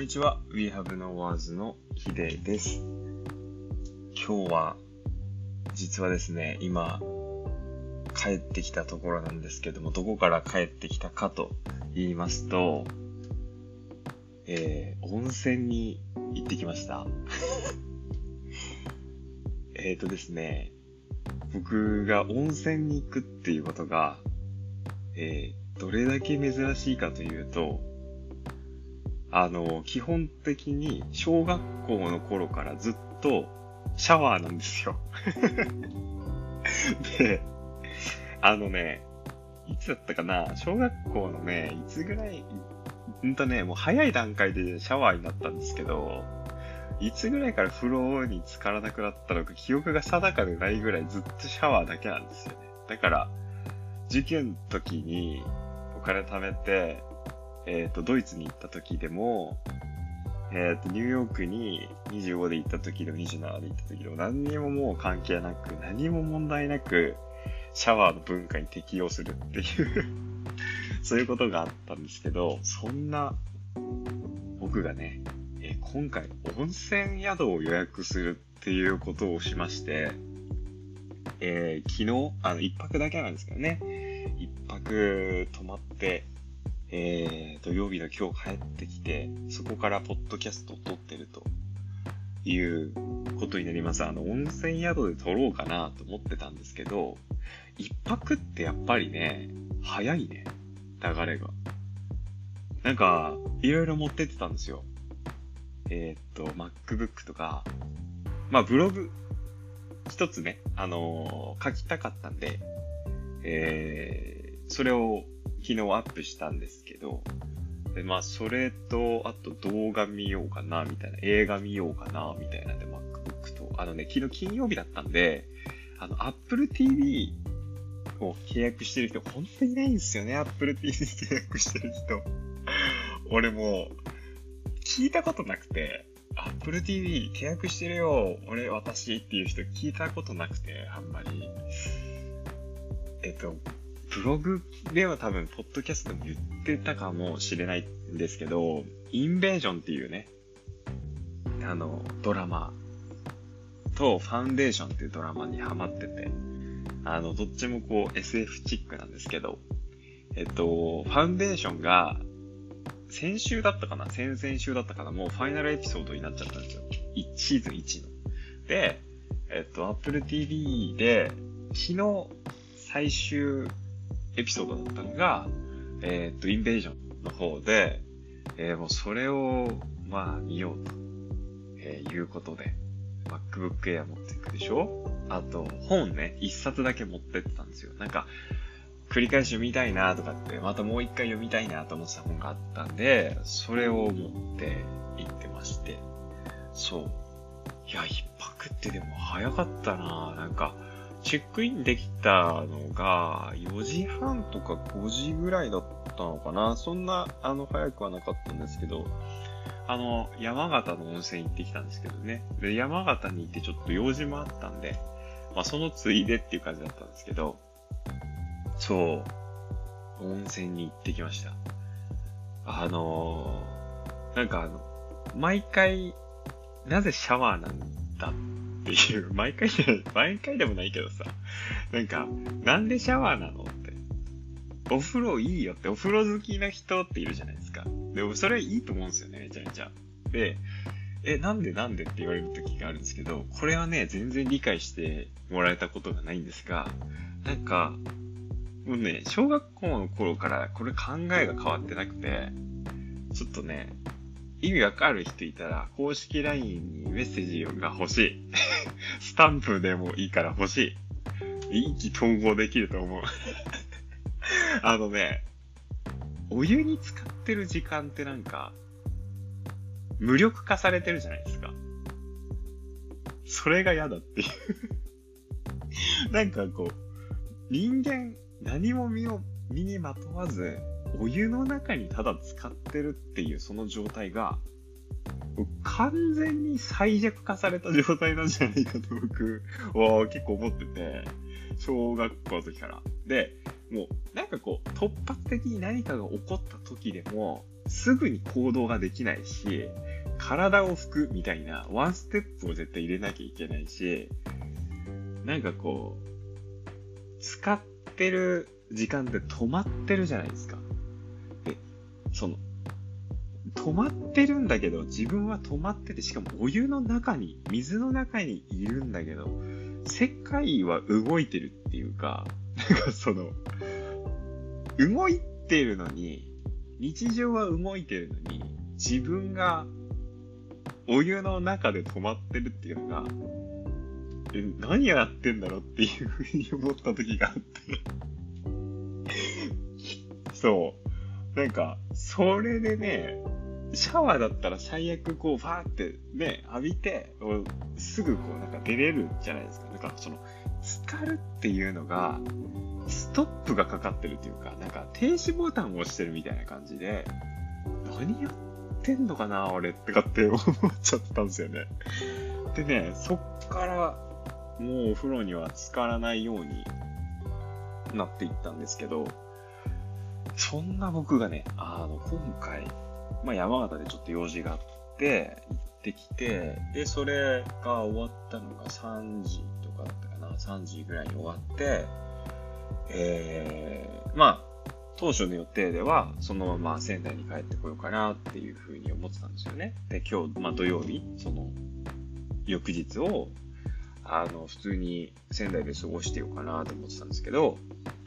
にちは。We Have No Words のヒデです。今日は、実はですね、今、帰ってきたところなんですけども、どこから帰ってきたかと言いますと、温泉に行ってきました。ですね、僕が温泉に行くっていうことが、どれだけ珍しいかというと、基本的に小学校の頃からずっとシャワーなんですよ。で、いつだったかな、小学校のね、いつぐらい、もう早い段階でシャワーになったんですけど、いつぐらいから風呂に浸からなくなったのか記憶が定かでないぐらいずっとシャワーだけなんですよね。だから、受験の時にお金貯めて、ドイツに行った時でも、ニューヨークに25で行った時でも27で行った時でも何にももう関係なく、何も問題なく、シャワーの文化に適用するっていうそういうことがあったんですけど、そんな僕がね、今回温泉宿を予約するっていうことをしまして、昨日、一泊だけなんですけどね、一泊泊まって、土曜日の今日帰ってきて、そこからポッドキャストを撮ってるということになります。温泉宿で撮ろうかなと思ってたんですけど、一泊ってやっぱりね、早いね、流れが。なんか、いろいろ持ってってたんですよ。MacBook とか、ブログ、一つね、書きたかったんで、それを昨日アップしたんですけど、でそれと、あと動画見ようかな、みたいな、映画見ようかな、みたいなんで、MacBook と、昨日金曜日だったんで、Apple TV を契約してる人、本当にいないんですよね、Apple TV 契約してる人。俺も、聞いたことなくて、Apple TV 契約してるよ、私っていう人聞いたことなくて、あんまり。ブログでは多分、ポッドキャストでも言ってたかもしれないんですけど、インベージョンっていうね、ドラマとファンデーションっていうドラマにハマってて、どっちもこう SF チックなんですけど、ファンデーションが、先週だったかな先々週だったかなもうファイナルエピソードになっちゃったんですよ。シーズン1の。で、Apple TV で、昨日最終エピソードだったのが、インベージョンの方で、もうそれを、見ようと、いうことで、MacBook Air 持っていくでしょ？あと、本ね、一冊だけ持ってってたんですよ。なんか、繰り返し読みたいなとかって、またもう一回読みたいなと思ってた本があったんで、それを持って行ってまして。そう。いや、一泊ってでも早かったな。なんか、チェックインできたのが4時半とか5時ぐらいだったのかな。そんな、早くはなかったんですけど、山形の温泉行ってきたんですけどね。で、山形に行ってちょっと用事もあったんで、そのついでっていう感じだったんですけど、そう、温泉に行ってきました。毎回、なぜシャワーなんだっていう、毎回でもないけどさ、なんでシャワーなのって。お風呂いいよって、お風呂好きな人っているじゃないですか。でもそれいいと思うんですよね、めちゃめちゃ。で、なんでって言われる時があるんですけど、これはね、全然理解してもらえたことがないんですが、もうね、小学校の頃からこれ考えが変わってなくて、ちょっとね、意味わかる人いたら、公式 LINE にメッセージが欲しい。スタンプでもいいから欲しい。意気投合できると思う。お湯に浸かってる時間って無力化されてるじゃないですか。それが嫌だっていう。人間、何も身にまとわず、お湯の中にただ浸ってるっていうその状態が、完全に最弱化された状態なんじゃないかと僕は結構思ってて、小学校の時から。で、もう突発的に何かが起こった時でも、 すぐに行動ができないし、体を拭くみたいなワンステップを絶対入れなきゃいけないし、なんかこう、使ってる時間って止まってるじゃないですか。で、止まってるんだけど、自分は止まってて、しかも水の中にいるんだけど、世界は動いてるっていうか、なんか動いてるのに、日常は動いてるのに、自分がお湯の中で止まってるっていうのが、何やってんだろうっていうふうに思った時があってそう。なんか、それでね、シャワーだったら最悪こう、ファーってね、浴びて、すぐこうなんか出れるじゃないですか。だから浸かるっていうのが、ストップがかかってるっていうか、なんか停止ボタンを押してるみたいな感じで、何やってんのかな俺ってかって思っちゃったんですよね。でね、そっからもうお風呂には浸からないようになっていったんですけど、そんな僕がね、今回、山形でちょっと用事があって、行ってきて、で、それが終わったのが3時とかだったかな、3時ぐらいに終わって、当初の予定では、そのまま仙台に帰ってこようかなっていうふうに思ってたんですよね。で、今日、土曜日、翌日を、普通に仙台で過ごしてようかなと思ってたんですけど、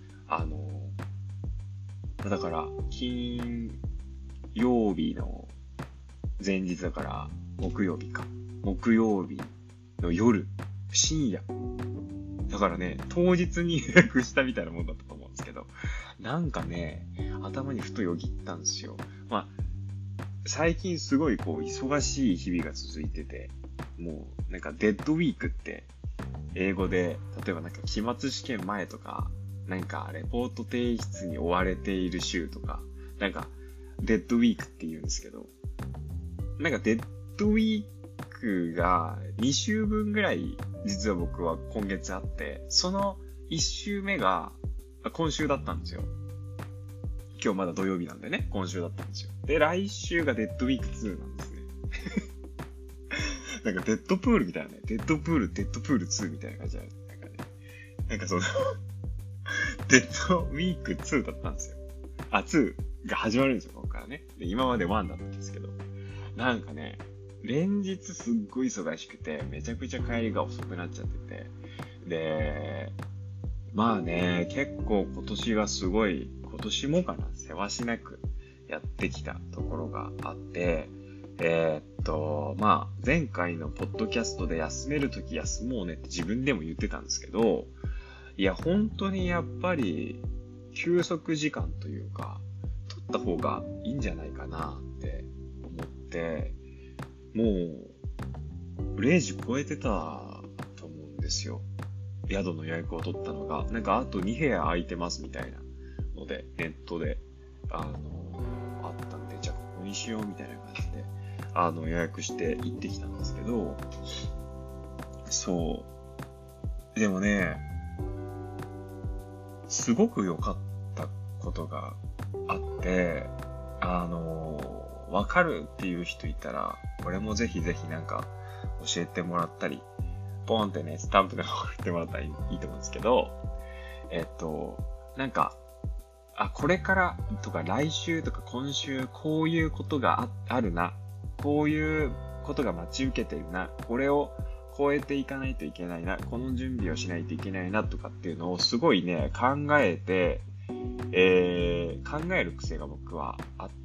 だから、金曜日の前日だから、木曜日の夜、深夜。だからね、当日に予約したみたいなもんだったと思うんですけど、なんかね、頭にふとよぎったんですよ。最近すごい忙しい日々が続いてて、もうなんかデッドウィークって英語で、例えばなんか期末試験前とか、なんかレポート提出に追われている週とか、なんかデッドウィークって言うんですけど、なんかデッドウィークが2週分ぐらい実は僕は今月あって、その1週目が今週だったんですよ。今日まだ土曜日なんでね、今週だったんですよ。で、来週がデッドウィーク2なんですね。なんかデッドプールみたいなね、デッドプール2みたいな感じだね。なんかデッドウィーク2だったんですよ。2が始まるんですよ、ここからね。で、今まで1だったんですけど。なんかね、連日すっごい忙しくて、めちゃくちゃ帰りが遅くなっちゃってて。で、結構今年がすごい、今年もかな、せわしなくやってきたところがあって、前回のポッドキャストで休めるとき休もうねって自分でも言ってたんですけど、いや、本当にやっぱり、休息時間というか、取った方がいいんじゃないかなって思って、もう、0時超えてたと思うんですよ。宿の予約を取ったのが、なんかあと2部屋空いてますみたいなので、ネットで、あったんで、じゃあここにしようみたいな感じで、予約して行ってきたんですけど、そう。でもね、すごく良かったことがあって、わかるっていう人いたら、これもぜひぜひなんか教えてもらったり、ポンってね、スタンプで送ってもらったらいいと思うんですけど、なんか、これからとか来週とか今週こういうことが あるな、こういうことが待ち受けてるな、これを超えていかないといけないな、この準備をしないといけないなとかっていうのをすごいね、考える癖が僕はあって、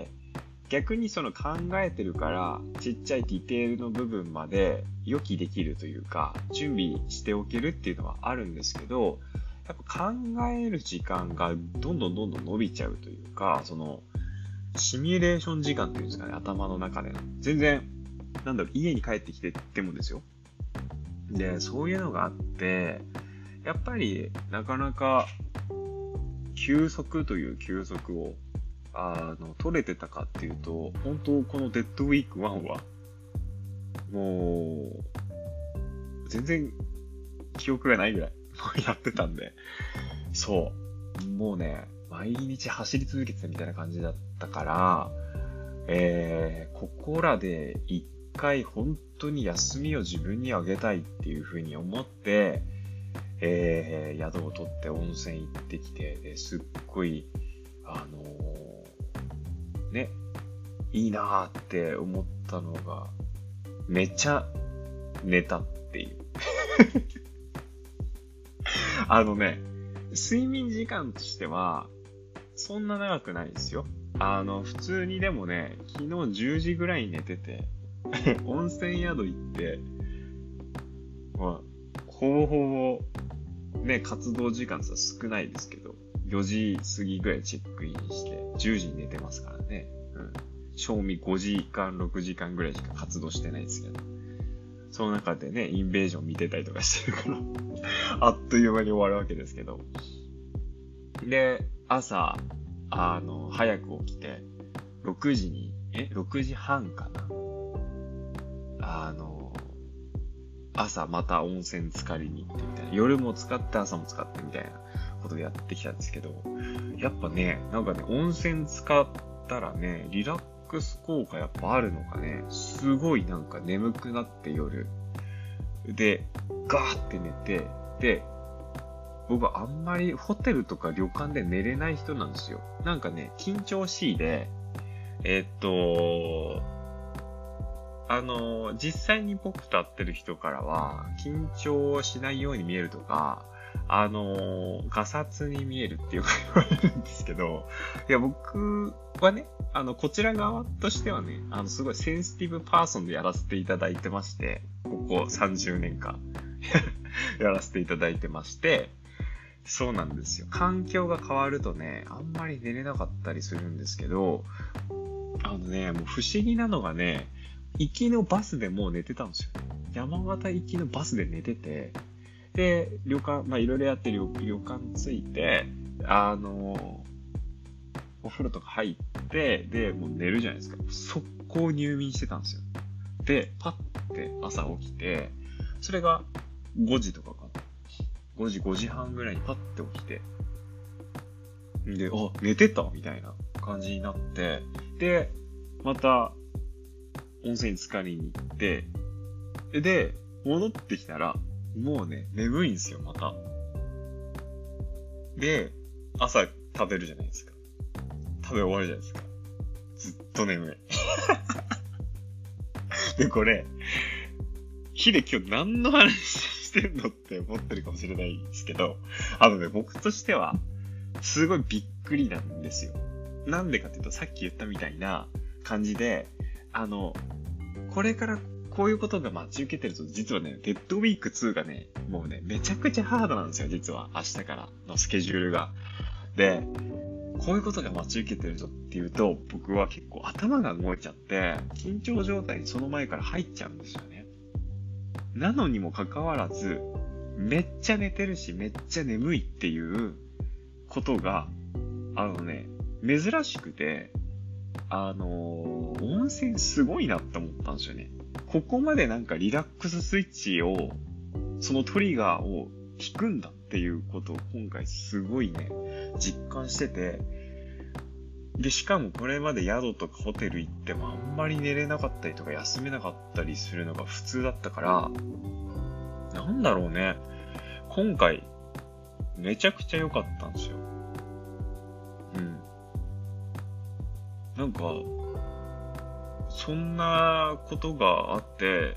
逆に考えてるからちっちゃいディテールの部分まで予期できるというか準備しておけるっていうのはあるんですけど、やっぱ考える時間がどんどん伸びちゃうというか、シミュレーション時間っていうんですかね、頭の中で全然家に帰ってきてってもですよ。で、そういうのがあって、やっぱりなかなか休息という休息を取れてたかっていうと、本当このデッドウィーク1は、もう、全然記憶がないぐらいやってたんで、そう、もうね、毎日走り続けてたみたいな感じだっったから、ここらで一回本当に休みを自分にあげたいっていうふうに思って、宿を取って温泉行ってきて、ですっごい、ね、いいなーって思ったのが、めっちゃ寝たっていう。睡眠時間としては、そんな長くないですよ。普通にでもね、昨日10時ぐらいに寝てて、温泉宿行って、まあ、ほぼほぼ、ね、活動時間さ少ないですけど、4時過ぎぐらいチェックインして、10時に寝てますからね。賞味5時間、6時間ぐらいしか活動してないですけど。その中でね、インベージョン見てたりとかしてるから、あっという間に終わるわけですけど。で、朝、早く起きて、6時半かな。朝また温泉浸かりに行ってみたいな。夜も使って朝も使ってみたいなことでやってきたんですけど、やっぱね、温泉使ったらね、リラックス効果やっぱあるのかね、すごい眠くなって夜。で、ガーって寝て、で、僕はあんまりホテルとか旅館で寝れない人なんですよ。緊張しいで、実際に僕と会ってる人からは、緊張しないように見えるとか、ガサツに見えるってよく言われるんですけど、いや、僕はね、こちら側としてはね、すごいセンシティブパーソンでやらせていただいてまして、ここ30年間やらせていただいてまして、そうなんですよ。環境が変わるとね、あんまり寝れなかったりするんですけど、もう不思議なのがね、行きのバスでもう寝てたんですよ。山形行きのバスで寝てて、で、旅館、いろいろやって旅館着いて、お風呂とか入って、で、もう寝るじゃないですか。速攻入眠してたんですよ。で、パッて朝起きて、それが5時とかかな。5時半ぐらいにパッて起きて、で、寝てたみたいな感じになって、で、また、温泉に浸かりに行って、で、戻ってきたら、もうね、眠いんですよ、また。で、朝食べるじゃないですか。食べ終わるじゃないですか。ずっと眠い。で、これ、ヒデ今日何の話してるのって思ってるかもしれないですけど、僕としては、すごいびっくりなんですよ。なんでかっていうと、さっき言ったみたいな感じで、これからこういうことが待ち受けてると、実はね、デッドウィーク2がね、もうね、めちゃくちゃハードなんですよ、実は。明日からのスケジュールが。で、こういうことが待ち受けてるぞっていうと、僕は結構頭が動いちゃって、緊張状態にその前から入っちゃうんですよね。なのにもかかわらず、めっちゃ寝てるし、めっちゃ眠いっていうことが、珍しくて、温泉すごいなって思ったんですよね。ここまでリラックススイッチを、そのトリガーを引くんだっていうことを今回すごいね、実感してて、で、しかもこれまで宿とかホテル行ってもあんまり寝れなかったりとか休めなかったりするのが普通だったから、なんだろうね。今回、めちゃくちゃ良かったんですよ。そんなことがあって、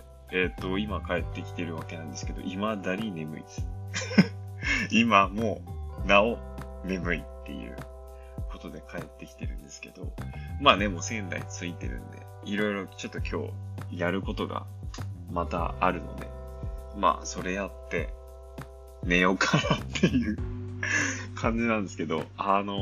今帰ってきてるわけなんですけど、未だに眠いです。今もなお眠いっていうことで帰ってきてるんですけど、もう仙台ついてるんで、いろいろちょっと今日やることがまたあるので、それやって寝ようかなっていう感じなんですけど、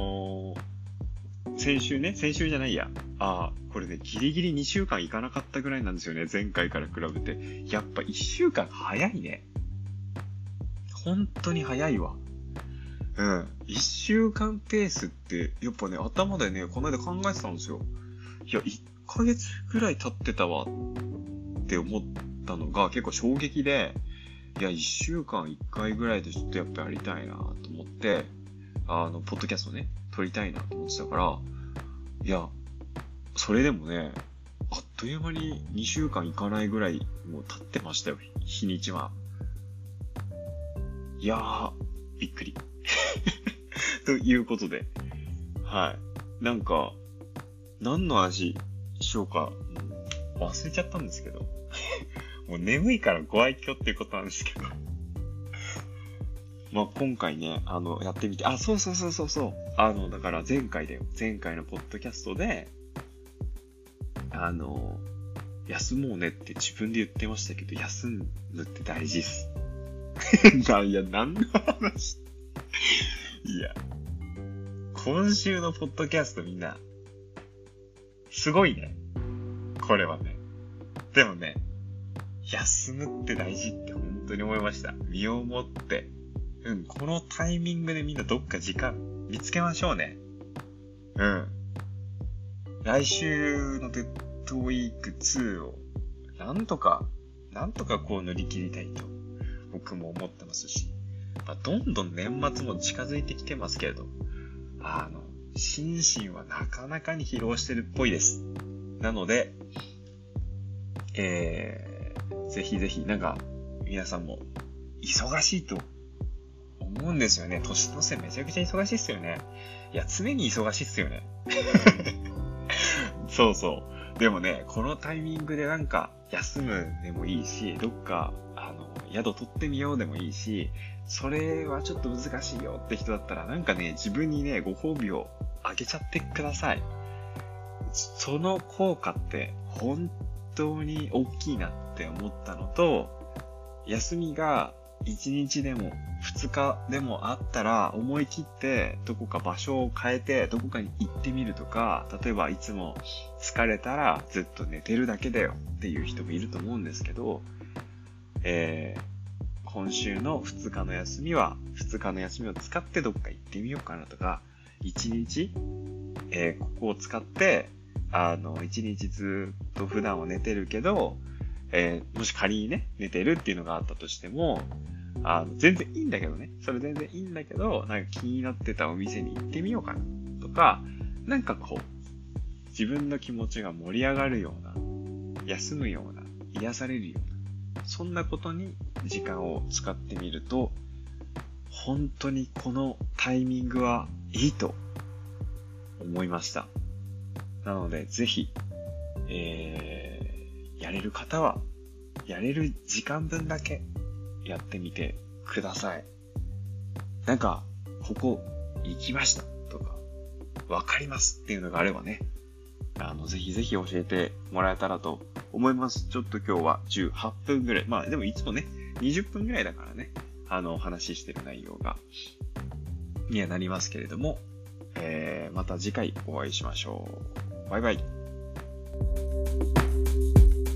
先週じゃないや。これね、ギリギリ2週間いかなかったぐらいなんですよね。前回から比べて。やっぱ1週間早いね。本当に早いわ。1週間ペースって、やっぱね、頭でね、この間考えてたんですよ。いや、1ヶ月ぐらい経ってたわって思ったのが結構衝撃で、いや、1週間1回ぐらいでちょっとやっぱやりたいなと思って、ポッドキャストね、撮りたいなと思ってたから、 いや、それでもね、あっという間に2週間いかないぐらいもう経ってましたよ、日にちは。いやー、びっくり。ということで、はい。なんか、何の話しようか、忘れちゃったんですけど。もう眠いからご愛嬌っていうことなんですけど。まあ、今回ね、やってみて、そう。だから前回のポッドキャストで、休もうねって自分で言ってましたけど、休むって大事っす。いや、何の話いや、今週のポッドキャストみんな、すごいね。これはね。でもね、休むって大事って本当に思いました。身をもって。このタイミングでみんなどっか時間見つけましょうね。来週のデッドウィーク2をなんとかこう乗り切りたいと僕も思ってますし、どんどん年末も近づいてきてますけれど、心身はなかなかに疲労してるっぽいです。なので、ぜひぜひ、なんか、皆さんも忙しいと思うんですよね。年の瀬めちゃくちゃ忙しいっすよね。いや、常に忙しいっすよね。そうそう。でもね、このタイミングでなんか、休むでもいいし、どっか、宿取ってみようでもいいし、それはちょっと難しいよって人だったら、なんかね、自分にね、ご褒美をあげちゃってください。その効果って本当に大きいなって思ったのと、休みが1日でも2日でもあったら思い切ってどこか場所を変えてどこかに行ってみるとか、例えばいつも疲れたらずっと寝てるだけだよっていう人もいると思うんですけど、今週の2日の休みは2日の休みを使ってどっか行ってみようかなとか、1日、ここを使って1日ずっと普段は寝てるけど、もし仮にね、寝てるっていうのがあったとしても、全然いいんだけどね。それ全然いいんだけど、なんか気になってたお店に行ってみようかな。とか、なんかこう、自分の気持ちが盛り上がるような、休むような、癒されるような、そんなことに時間を使ってみると、本当にこのタイミングはいいと思いました。なので、ぜひ、やれる方は、やれる時間分だけやってみてください。なんか、ここ行きましたとか、わかりますっていうのがあればね、ぜひぜひ教えてもらえたらと思います。ちょっと今日は18分ぐらい。まあでもいつもね、20分ぐらいだからね、お話ししてる内容が、にはなりますけれども、また次回お会いしましょう。バイバイ。